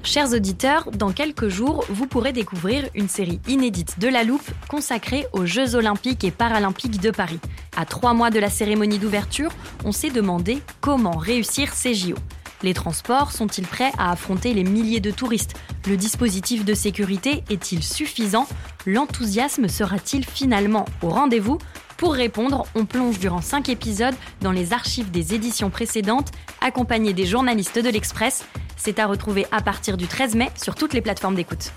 Chers auditeurs, dans quelques jours, vous pourrez découvrir une série inédite de La Loupe consacrée aux Jeux Olympiques et Paralympiques de Paris. À 3 mois de la cérémonie d'ouverture, on s'est demandé comment réussir ces JO. Les transports sont-ils prêts à affronter les milliers de touristes ? Le dispositif de sécurité est-il suffisant ? L'enthousiasme sera-t-il finalement au rendez-vous ? Pour répondre, on plonge durant 5 épisodes dans les archives des éditions précédentes, accompagnés des journalistes de l'Express. C'est à retrouver à partir du 13 mai sur toutes les plateformes d'écoute.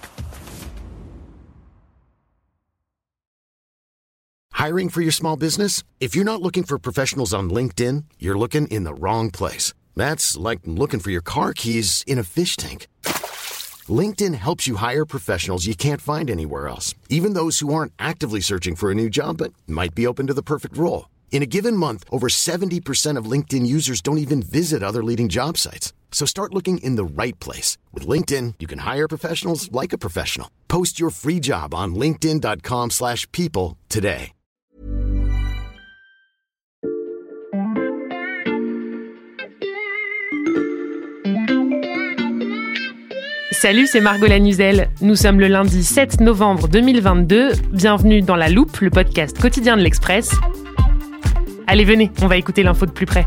Hiring for your small business? If you're not looking for professionals on LinkedIn, you're looking in the wrong place. That's like looking for your car keys in a fish tank. LinkedIn helps you hire professionals you can't find anywhere else, even those who aren't actively searching for a new job but might be open to the perfect role. In a given month, over 70% of LinkedIn users don't even visit other leading job sites. So start looking in the right place. With LinkedIn, you can hire professionals like a professional. Post your free job on linkedin.com/people today. Salut, c'est Margot Lanuzel. Nous sommes le lundi 7 novembre 2022. Bienvenue dans La Loupe, le podcast quotidien de l'Express. Allez, venez, on va écouter l'info de plus près.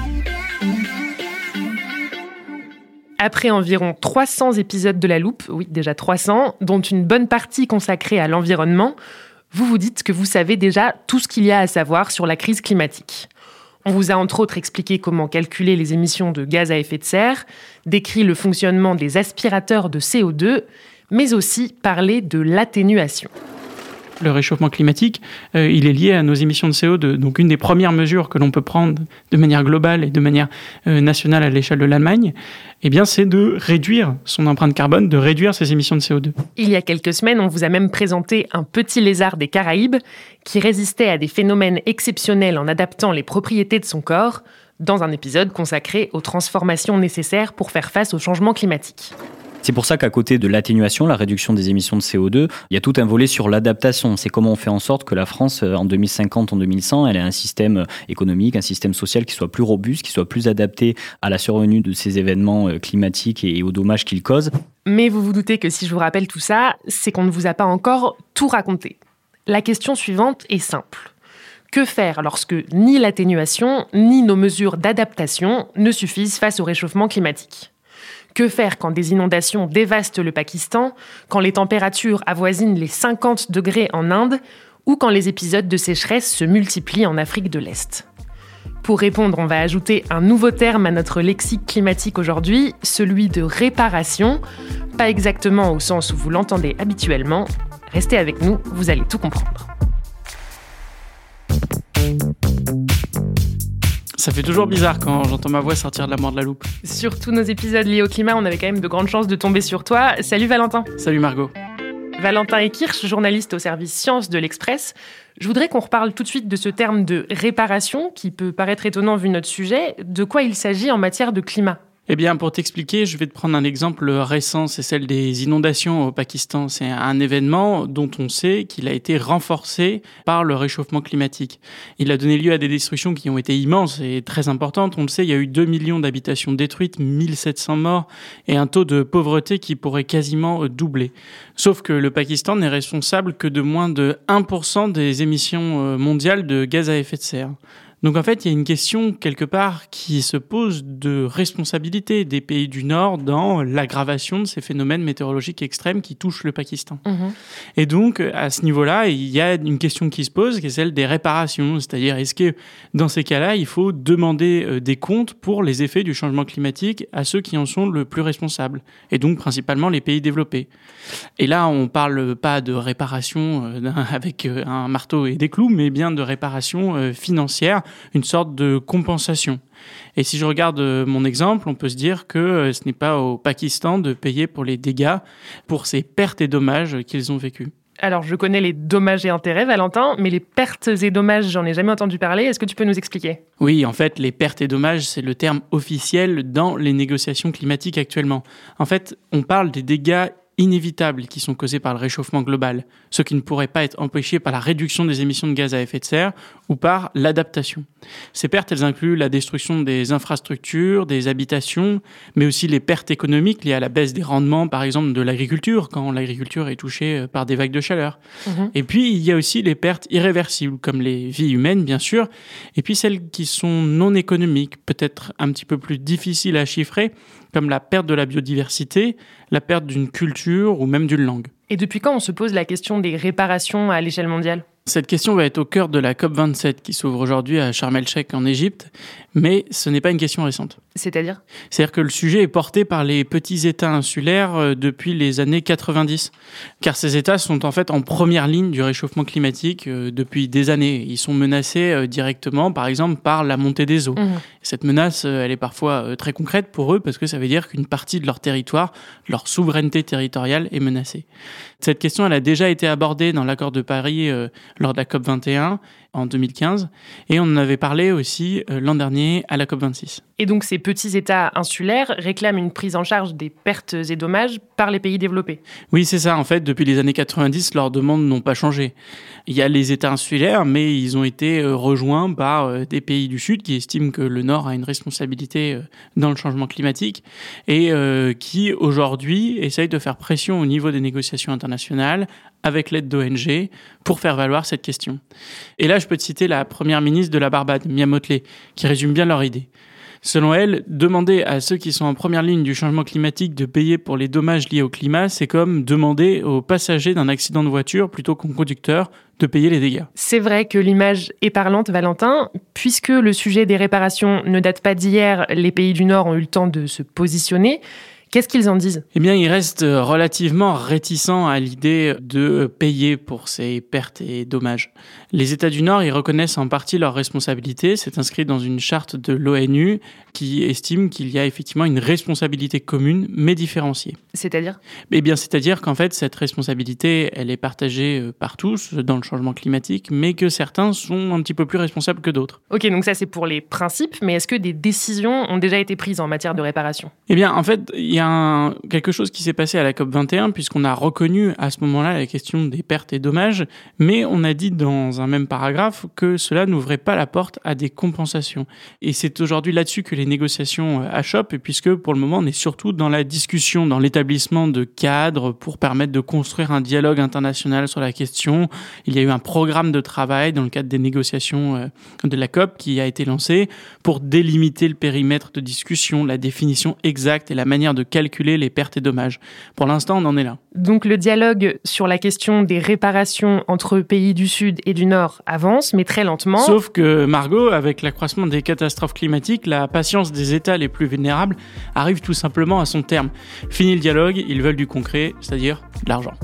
Après environ 300 épisodes de La Loupe, oui, déjà 300, dont une bonne partie consacrée à l'environnement, vous vous dites que vous savez déjà tout ce qu'il y a à savoir sur la crise climatique. On vous a entre autres expliqué comment calculer les émissions de gaz à effet de serre, décrit le fonctionnement des aspirateurs de CO2, mais aussi parlé de l'atténuation. Le réchauffement climatique, il est lié à nos émissions de CO2. Donc une des premières mesures que l'on peut prendre de manière globale et de manière nationale à l'échelle de l'Allemagne, eh bien, c'est de réduire son empreinte carbone, de réduire ses émissions de CO2. Il y a quelques semaines, on vous a même présenté un petit lézard des Caraïbes qui résistait à des phénomènes exceptionnels en adaptant les propriétés de son corps, dans un épisode consacré aux transformations nécessaires pour faire face au changement climatique. C'est pour ça qu'à côté de l'atténuation, la réduction des émissions de CO2, il y a tout un volet sur l'adaptation. C'est comment on fait en sorte que la France, en 2050, en 2100, elle ait un système économique, un système social qui soit plus robuste, qui soit plus adapté à la survenue de ces événements climatiques et aux dommages qu'ils causent. Mais vous vous doutez que si je vous rappelle tout ça, c'est qu'on ne vous a pas encore tout raconté. La question suivante est simple. Que faire lorsque ni l'atténuation, ni nos mesures d'adaptation ne suffisent face au réchauffement climatique ? Que faire quand des inondations dévastent le Pakistan, quand les températures avoisinent les 50 degrés en Inde ou quand les épisodes de sécheresse se multiplient en Afrique de l'Est ? Pour répondre, on va ajouter un nouveau terme à notre lexique climatique aujourd'hui, celui de réparation, pas exactement au sens où vous l'entendez habituellement. Restez avec nous, vous allez tout comprendre. Ça fait toujours bizarre quand j'entends ma voix sortir de la mort de la loupe. Sur tous nos épisodes liés au climat, on avait quand même de grandes chances de tomber sur toi. Salut Valentin. Salut Margot. Valentin Ekirch, journaliste au service Sciences de l'Express. Je voudrais qu'on reparle tout de suite de ce terme de réparation qui peut paraître étonnant vu notre sujet. De quoi il s'agit en matière de climat ? Eh bien, pour t'expliquer, je vais te prendre un exemple récent, c'est celle des inondations au Pakistan. C'est un événement dont on sait qu'il a été renforcé par le réchauffement climatique. Il a donné lieu à des destructions qui ont été immenses et très importantes. On le sait, il y a eu 2 millions d'habitations détruites, 1700 morts et un taux de pauvreté qui pourrait quasiment doubler. Sauf que le Pakistan n'est responsable que de moins de 1% des émissions mondiales de gaz à effet de serre. Donc en fait, il y a une question quelque part qui se pose de responsabilité des pays du Nord dans l'aggravation de ces phénomènes météorologiques extrêmes qui touchent le Pakistan. Et donc, à ce niveau-là, il y a une question qui se pose, qui est celle des réparations. C'est-à-dire, est-ce que dans ces cas-là, il faut demander des comptes pour les effets du changement climatique à ceux qui en sont le plus responsables, et donc principalement les pays développés. Et là, on ne parle pas de réparation avec un marteau et des clous, mais bien de réparation financière, une sorte de compensation. Et si je regarde mon exemple, on peut se dire que ce n'est pas au Pakistan de payer pour les dégâts, pour ces pertes et dommages qu'ils ont vécus. Alors, je connais les dommages et intérêts, Valentin, mais les pertes et dommages, j'en ai jamais entendu parler. Est-ce que tu peux nous expliquer ? Oui, en fait, les pertes et dommages, c'est le terme officiel dans les négociations climatiques actuellement. En fait, on parle des dégâts inévitables qui sont causées par le réchauffement global, ceux qui ne pourraient pas être empêchés par la réduction des émissions de gaz à effet de serre ou par l'adaptation. Ces pertes, elles incluent la destruction des infrastructures, des habitations, mais aussi les pertes économiques liées à la baisse des rendements, par exemple, de l'agriculture, quand l'agriculture est touchée par des vagues de chaleur. Et puis, il y a aussi les pertes irréversibles, comme les vies humaines, bien sûr, et puis celles qui sont non économiques, peut-être un petit peu plus difficiles à chiffrer, comme la perte de la biodiversité, la perte d'une culture ou même d'une langue. Et depuis quand on se pose la question des réparations à l'échelle mondiale ? Cette question va être au cœur de la COP27 qui s'ouvre aujourd'hui à Sharm el-Sheikh en Égypte, mais ce n'est pas une question récente. C'est-à-dire que le sujet est porté par les petits États insulaires depuis les années 90, car ces États sont en fait en première ligne du réchauffement climatique depuis des années. Ils sont menacés directement, par exemple, par la montée des eaux. Cette menace, elle est parfois très concrète pour eux parce que ça veut dire qu'une partie de leur territoire, leur souveraineté territoriale est menacée. Cette question, elle a déjà été abordée dans l'accord de Paris lors de la COP21 en 2015 et on en avait parlé aussi l'an dernier à la COP26. Et donc ces petits États insulaires réclament une prise en charge des pertes et dommages par les pays développés. Oui, c'est ça. En fait, depuis les années 90, leurs demandes n'ont pas changé. Il y a les États insulaires, mais ils ont été rejoints par des pays du Sud qui estiment que le Nord a une responsabilité dans le changement climatique et qui, aujourd'hui, essayent de faire pression au niveau des négociations internationales avec l'aide d'ONG pour faire valoir cette question. Et là, je peux te citer la première ministre de la Barbade, Mia Mottley, qui résume bien leur idée. Selon elle, demander à ceux qui sont en première ligne du changement climatique de payer pour les dommages liés au climat, c'est comme demander aux passagers d'un accident de voiture plutôt qu'au conducteur de payer les dégâts. C'est vrai que l'image est parlante, Valentin. Puisque le sujet des réparations ne date pas d'hier, les pays du Nord ont eu le temps de se positionner. Qu'est-ce qu'ils en disent ? Eh bien, ils restent relativement réticents à l'idée de payer pour ces pertes et dommages. Les États du Nord, ils reconnaissent en partie leurs responsabilités. C'est inscrit dans une charte de l'ONU qui estime qu'il y a effectivement une responsabilité commune, mais différenciée. C'est-à-dire ? Eh bien, c'est-à-dire qu'en fait, cette responsabilité, elle est partagée par tous dans le changement climatique, mais que certains sont un petit peu plus responsables que d'autres. Ok, donc ça c'est pour les principes, mais est-ce que des décisions ont déjà été prises en matière de réparation ? Eh bien, en fait, il y a quelque chose qui s'est passé à la COP21, puisqu'on a reconnu à ce moment-là la question des pertes et dommages, mais on a dit dans un même paragraphe que cela n'ouvrait pas la porte à des compensations. Et c'est aujourd'hui là-dessus que les négociations achoppent, puisque pour le moment, on est surtout dans la discussion, dans l'établissement de cadres pour permettre de construire un dialogue international sur la question. Il y a eu un programme de travail dans le cadre des négociations de la COP qui a été lancé pour délimiter le périmètre de discussion, la définition exacte et la manière de calculer les pertes et dommages. Pour l'instant, on en est là. Donc le dialogue sur la question des réparations entre pays du Sud et du Nord avance, mais très lentement. Sauf que, Margot, avec l'accroissement des catastrophes climatiques, la patience des États les plus vulnérables arrive tout simplement à son terme. Fini le dialogue, ils veulent du concret, c'est-à-dire de l'argent.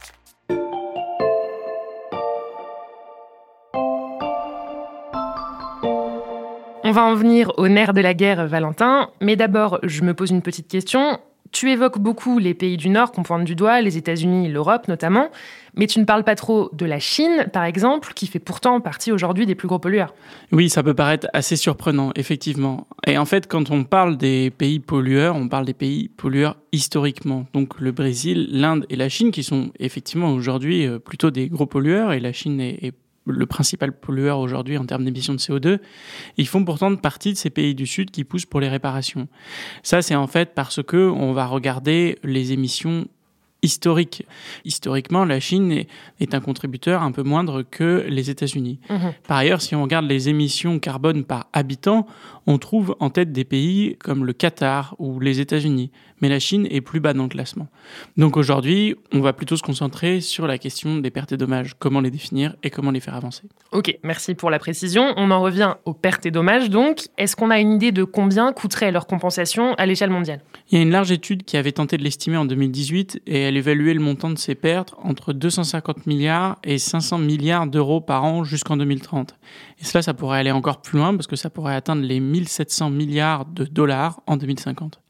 On va en venir au nerf de la guerre, Valentin. Mais d'abord, je me pose une petite question. Tu évoques beaucoup les pays du Nord qu'on pointe du doigt, les États-Unis, l'Europe notamment, mais tu ne parles pas trop de la Chine, par exemple, qui fait pourtant partie aujourd'hui des plus gros pollueurs. Oui, ça peut paraître assez surprenant, effectivement. Et en fait, quand on parle des pays pollueurs, on parle des pays pollueurs historiquement. Donc le Brésil, l'Inde et la Chine, qui sont effectivement aujourd'hui plutôt des gros pollueurs, et la Chine est le principal pollueur aujourd'hui en termes d'émissions de CO2, ils font pourtant partie de ces pays du Sud qui poussent pour les réparations. Ça, c'est en fait parce que on va regarder les émissions historiques. Historiquement, la Chine est un contributeur un peu moindre que les États-Unis. Par ailleurs, si on regarde les émissions carbone par habitant, on trouve en tête des pays comme le Qatar ou les États-Unis. Mais la Chine est plus bas dans le classement. Donc aujourd'hui, on va plutôt se concentrer sur la question des pertes et dommages, comment les définir et comment les faire avancer. Ok, merci pour la précision. On en revient aux pertes et dommages donc. Est-ce qu'on a une idée de combien coûterait leur compensation à l'échelle mondiale ? Il y a une large étude qui avait tenté de l'estimer en 2018 et elle évaluait le montant de ces pertes entre 250 milliards et 500 milliards d'euros par an jusqu'en 2030. Et ça pourrait aller encore plus loin parce que ça pourrait atteindre les 1700 milliards de dollars en 2050.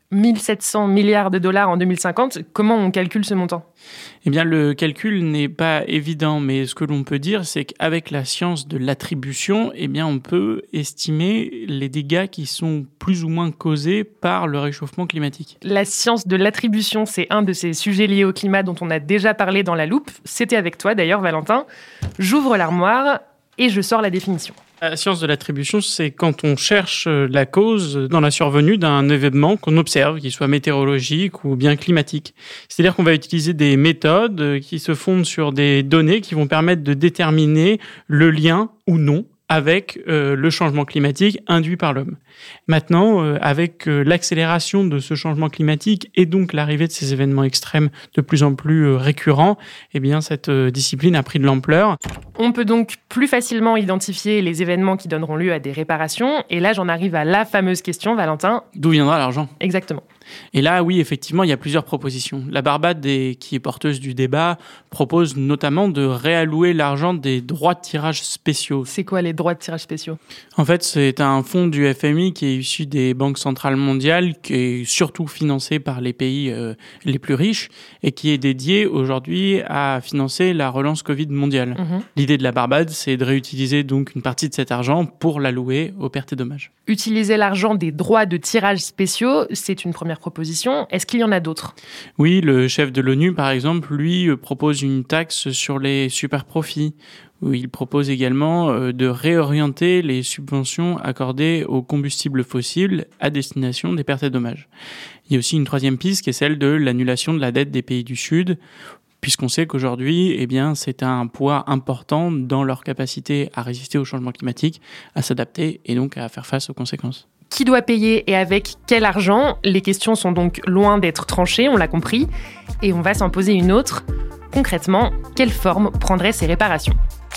1700 milliards de dollars en 2050. Comment on calcule ce montant ? Eh bien, le calcul n'est pas évident, mais ce que l'on peut dire, c'est qu'avec la science de l'attribution, eh bien, on peut estimer les dégâts qui sont plus ou moins causés par le réchauffement climatique. La science de l'attribution, c'est un de ces sujets liés au climat dont on a déjà parlé dans La Loupe. C'était avec toi d'ailleurs, Valentin. J'ouvre l'armoire et je sors la définition. La science de l'attribution, c'est quand on cherche la cause dans la survenue d'un événement qu'on observe, qu'il soit météorologique ou bien climatique. C'est-à-dire qu'on va utiliser des méthodes qui se fondent sur des données qui vont permettre de déterminer le lien ou non avec le changement climatique induit par l'homme. Maintenant, avec l'accélération de ce changement climatique et donc l'arrivée de ces événements extrêmes de plus en plus récurrents, eh bien, cette discipline a pris de l'ampleur. On peut donc plus facilement identifier les événements qui donneront lieu à des réparations. Et là, j'en arrive à la fameuse question, Valentin. D'où viendra l'argent ? Exactement. Et là, oui, effectivement, il y a plusieurs propositions. La Barbade, qui est porteuse du débat, propose notamment de réallouer l'argent des droits de tirage spéciaux. C'est quoi les droits de tirage spéciaux ? En fait, c'est un fonds du FMI qui est issu des banques centrales mondiales, qui est surtout financé par les pays les plus riches et qui est dédié aujourd'hui à financer la relance Covid mondiale. L'idée de la Barbade, c'est de réutiliser donc une partie de cet argent pour l'allouer aux pertes et dommages. Utiliser l'argent des droits de tirage spéciaux, c'est une première proposition. Est-ce qu'il y en a d'autres ? Oui, le chef de l'ONU, par exemple, lui propose une taxe sur les super-profits, où il propose également de réorienter les subventions accordées aux combustibles fossiles à destination des pertes et dommages. Il y a aussi une troisième piste qui est celle de l'annulation de la dette des pays du Sud, puisqu'on sait qu'aujourd'hui, eh bien, c'est un poids important dans leur capacité à résister au changement climatique, à s'adapter et donc à faire face aux conséquences. Qui doit payer et avec quel argent ? Les questions sont donc loin d'être tranchées, on l'a compris. Et on va s'en poser une autre. Concrètement, quelle forme prendraient ces réparations ?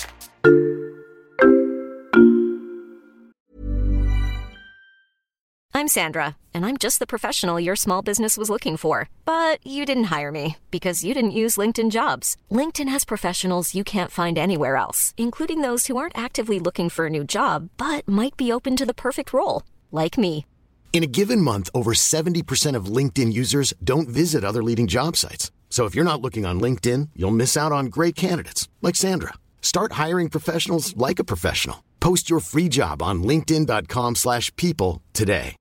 I'm Sandra, and I'm just the professional your small business was looking for. But you didn't hire me because you didn't use LinkedIn Jobs. LinkedIn has professionals you can't find anywhere else, including those who aren't actively looking for a new job, but might be open to the perfect role, like me. In a given month, over 70% of LinkedIn users don't visit other leading job sites. So if you're not looking on LinkedIn, you'll miss out on great candidates like Sandra. Start hiring professionals like a professional. Post your free job on linkedin.com/people today.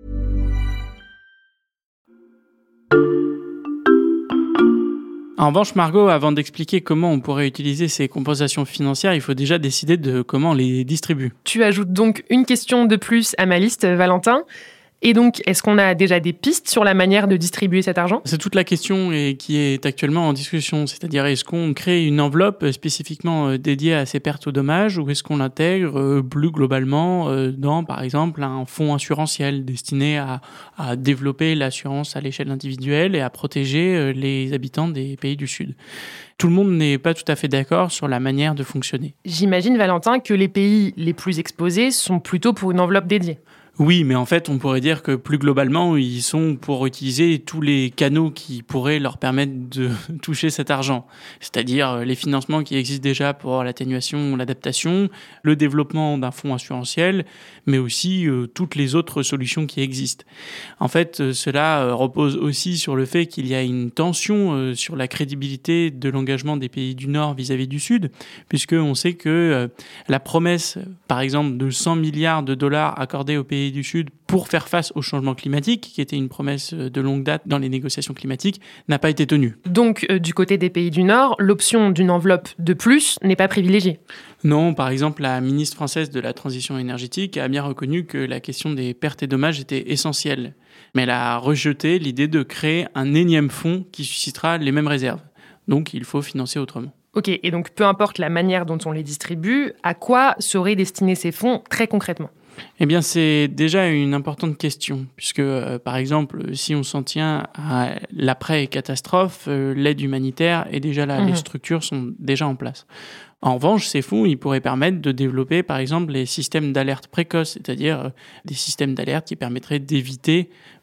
En revanche, Margot, avant d'expliquer comment on pourrait utiliser ces compensations financières, il faut déjà décider de comment on les distribue. Tu ajoutes donc une question de plus à ma liste, Valentin. Et donc, est-ce qu'on a déjà des pistes sur la manière de distribuer cet argent ? C'est toute la question et qui est actuellement en discussion. C'est-à-dire, est-ce qu'on crée une enveloppe spécifiquement dédiée à ces pertes ou dommages ou est-ce qu'on l'intègre plus globalement dans, par exemple, un fonds assurantiel destiné à développer l'assurance à l'échelle individuelle et à protéger les habitants des pays du Sud ? Tout le monde n'est pas tout à fait d'accord sur la manière de fonctionner. J'imagine, Valentin, que les pays les plus exposés sont plutôt pour une enveloppe dédiée. Oui, mais en fait, on pourrait dire que plus globalement, ils sont pour utiliser tous les canaux qui pourraient leur permettre de toucher cet argent. C'est-à-dire les financements qui existent déjà pour l'atténuation ou l'adaptation, le développement d'un fonds assurantiel, mais aussi toutes les autres solutions qui existent. En fait, cela repose aussi sur le fait qu'il y a une tension sur la crédibilité de l'engagement des pays du Nord vis-à-vis du Sud, puisqu'on sait que la promesse, par exemple, de 100 milliards de dollars accordés aux pays du Sud pour faire face au changement climatique, qui était une promesse de longue date dans les négociations climatiques, n'a pas été tenue. Donc, du côté des pays du Nord, l'option d'une enveloppe de plus n'est pas privilégiée. Non, par exemple, la ministre française de la Transition énergétique a bien reconnu que la question des pertes et dommages était essentielle. Mais elle a rejeté l'idée de créer un énième fonds qui suscitera les mêmes réserves. Donc, il faut financer autrement. Ok, et donc peu importe la manière dont on les distribue, à quoi seraient destinés ces fonds très concrètement ? Eh bien, c'est déjà une importante question, puisque, par exemple, si on s'en tient à l'après-catastrophe, l'aide humanitaire est déjà là, les structures sont déjà en place. En revanche, ces fonds, ils pourraient permettre de développer, par exemple, les systèmes d'alerte précoce, c'est-à-dire des systèmes d'alerte qui permettraient d'éviter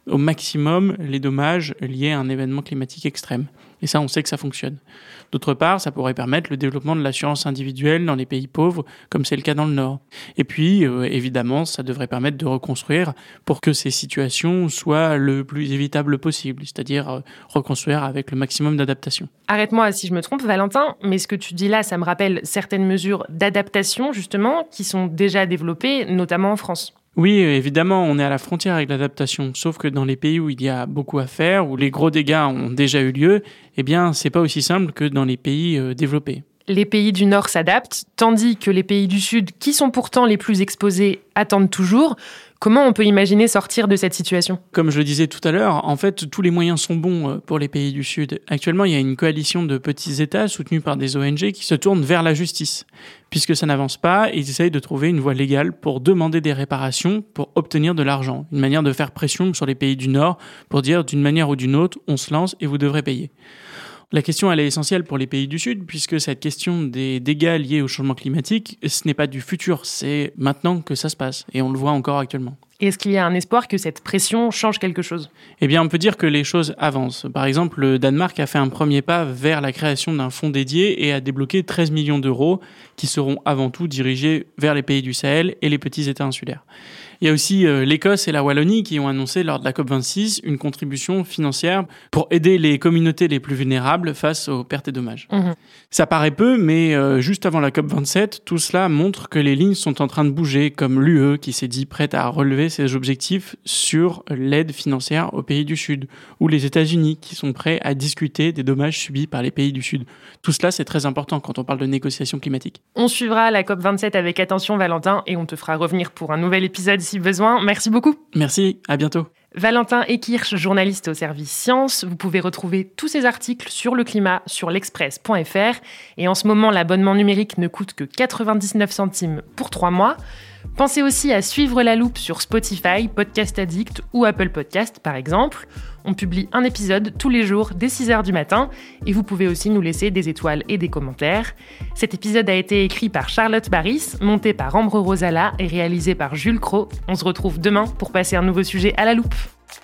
au maximum les dommages liés à un événement climatique extrême. Et ça, on sait que ça fonctionne. D'autre part, ça pourrait permettre le développement de l'assurance individuelle dans les pays pauvres, comme c'est le cas dans le Nord. Et puis, évidemment, ça devrait permettre de reconstruire pour que ces situations soient le plus évitables possible, c'est-à-dire reconstruire avec le maximum d'adaptation. Arrête-moi si je me trompe, Valentin, mais ce que tu dis là, ça me rappelle certaines mesures d'adaptation, justement, qui sont déjà développées, notamment en France. Oui, évidemment, on est à la frontière avec l'adaptation, sauf que dans les pays où il y a beaucoup à faire, où les gros dégâts ont déjà eu lieu, eh bien, c'est pas aussi simple que dans les pays développés. Les pays du Nord s'adaptent, tandis que les pays du Sud, qui sont pourtant les plus exposés, attendent toujours. Comment on peut imaginer sortir de cette situation ? Comme je le disais tout à l'heure, en fait, tous les moyens sont bons pour les pays du Sud. Actuellement, il y a une coalition de petits États soutenus par des ONG qui se tournent vers la justice. Puisque ça n'avance pas, ils essayent de trouver une voie légale pour demander des réparations, pour obtenir de l'argent. Une manière de faire pression sur les pays du Nord pour dire d'une manière ou d'une autre, on se lance et vous devrez payer. La question, elle est essentielle pour les pays du Sud, puisque cette question des dégâts liés au changement climatique, ce n'est pas du futur, c'est maintenant que ça se passe, et on le voit encore actuellement. Et est-ce qu'il y a un espoir que cette pression change quelque chose ? Eh bien, on peut dire que les choses avancent. Par exemple, le Danemark a fait un premier pas vers la création d'un fonds dédié et a débloqué 13 millions d'euros qui seront avant tout dirigés vers les pays du Sahel et les petits États insulaires. Il y a aussi l'Écosse et la Wallonie qui ont annoncé lors de la COP26 une contribution financière pour aider les communautés les plus vulnérables face aux pertes et dommages. Ça paraît peu, mais juste avant la COP27, tout cela montre que les lignes sont en train de bouger, comme l'UE qui s'est dit prête à relever ses objectifs sur l'aide financière aux pays du Sud, ou les États-Unis qui sont prêts à discuter des dommages subis par les pays du Sud. Tout cela, c'est très important quand on parle de négociations climatiques. On suivra la COP27 avec attention, Valentin, et on te fera revenir pour un nouvel épisode si besoin. Merci beaucoup. Merci, à bientôt. Valentin Ekirch, journaliste au service Sciences. Vous pouvez retrouver tous ces articles sur le climat sur l'express.fr. Et en ce moment, l'abonnement numérique ne coûte que 99 centimes pour 3 mois. Pensez aussi à suivre La Loupe sur Spotify, Podcast Addict ou Apple Podcast par exemple. On publie un épisode tous les jours dès 6h du matin et vous pouvez aussi nous laisser des étoiles et des commentaires. Cet épisode a été écrit par Charlotte Baris, monté par Ambre Rosala et réalisé par Jules Cros. On se retrouve demain pour passer un nouveau sujet à la loupe.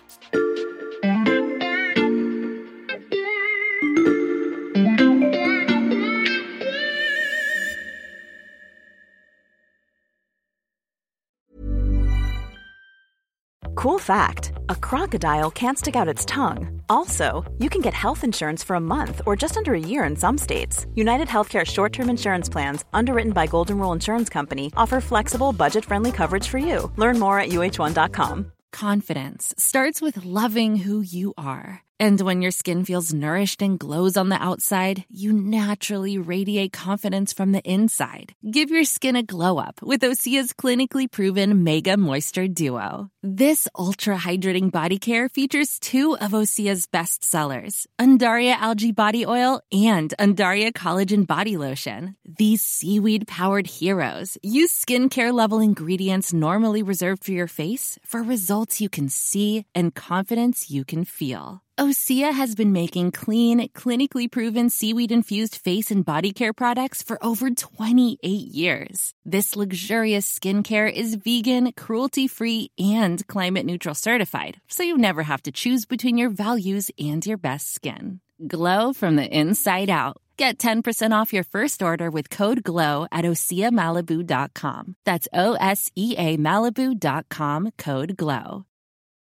Cool fact, a crocodile can't stick out its tongue. Also, you can get health insurance for a month or just under a year in some states. United Healthcare short-term insurance plans, underwritten by Golden Rule Insurance Company, offer flexible, budget-friendly coverage for you. Learn more at UH1.com. Confidence starts with loving who you are. And when your skin feels nourished and glows on the outside, you naturally radiate confidence from the inside. Give your skin a glow up with Osea's clinically proven Mega Moisture Duo. This ultra-hydrating body care features 2 of Osea's best sellers, Undaria Algae Body Oil and Undaria Collagen Body Lotion. These seaweed-powered heroes use skincare-level ingredients normally reserved for your face for results you can see and confidence you can feel. Osea has been making clean, clinically proven seaweed-infused face and body care products for over 28 years. This luxurious skincare is vegan, cruelty-free, and climate-neutral certified, so you never have to choose between your values and your best skin. Glow from the inside out. Get 10% off your first order with code GLOW at OseaMalibu.com. That's OSEAMalibu.com, code GLOW.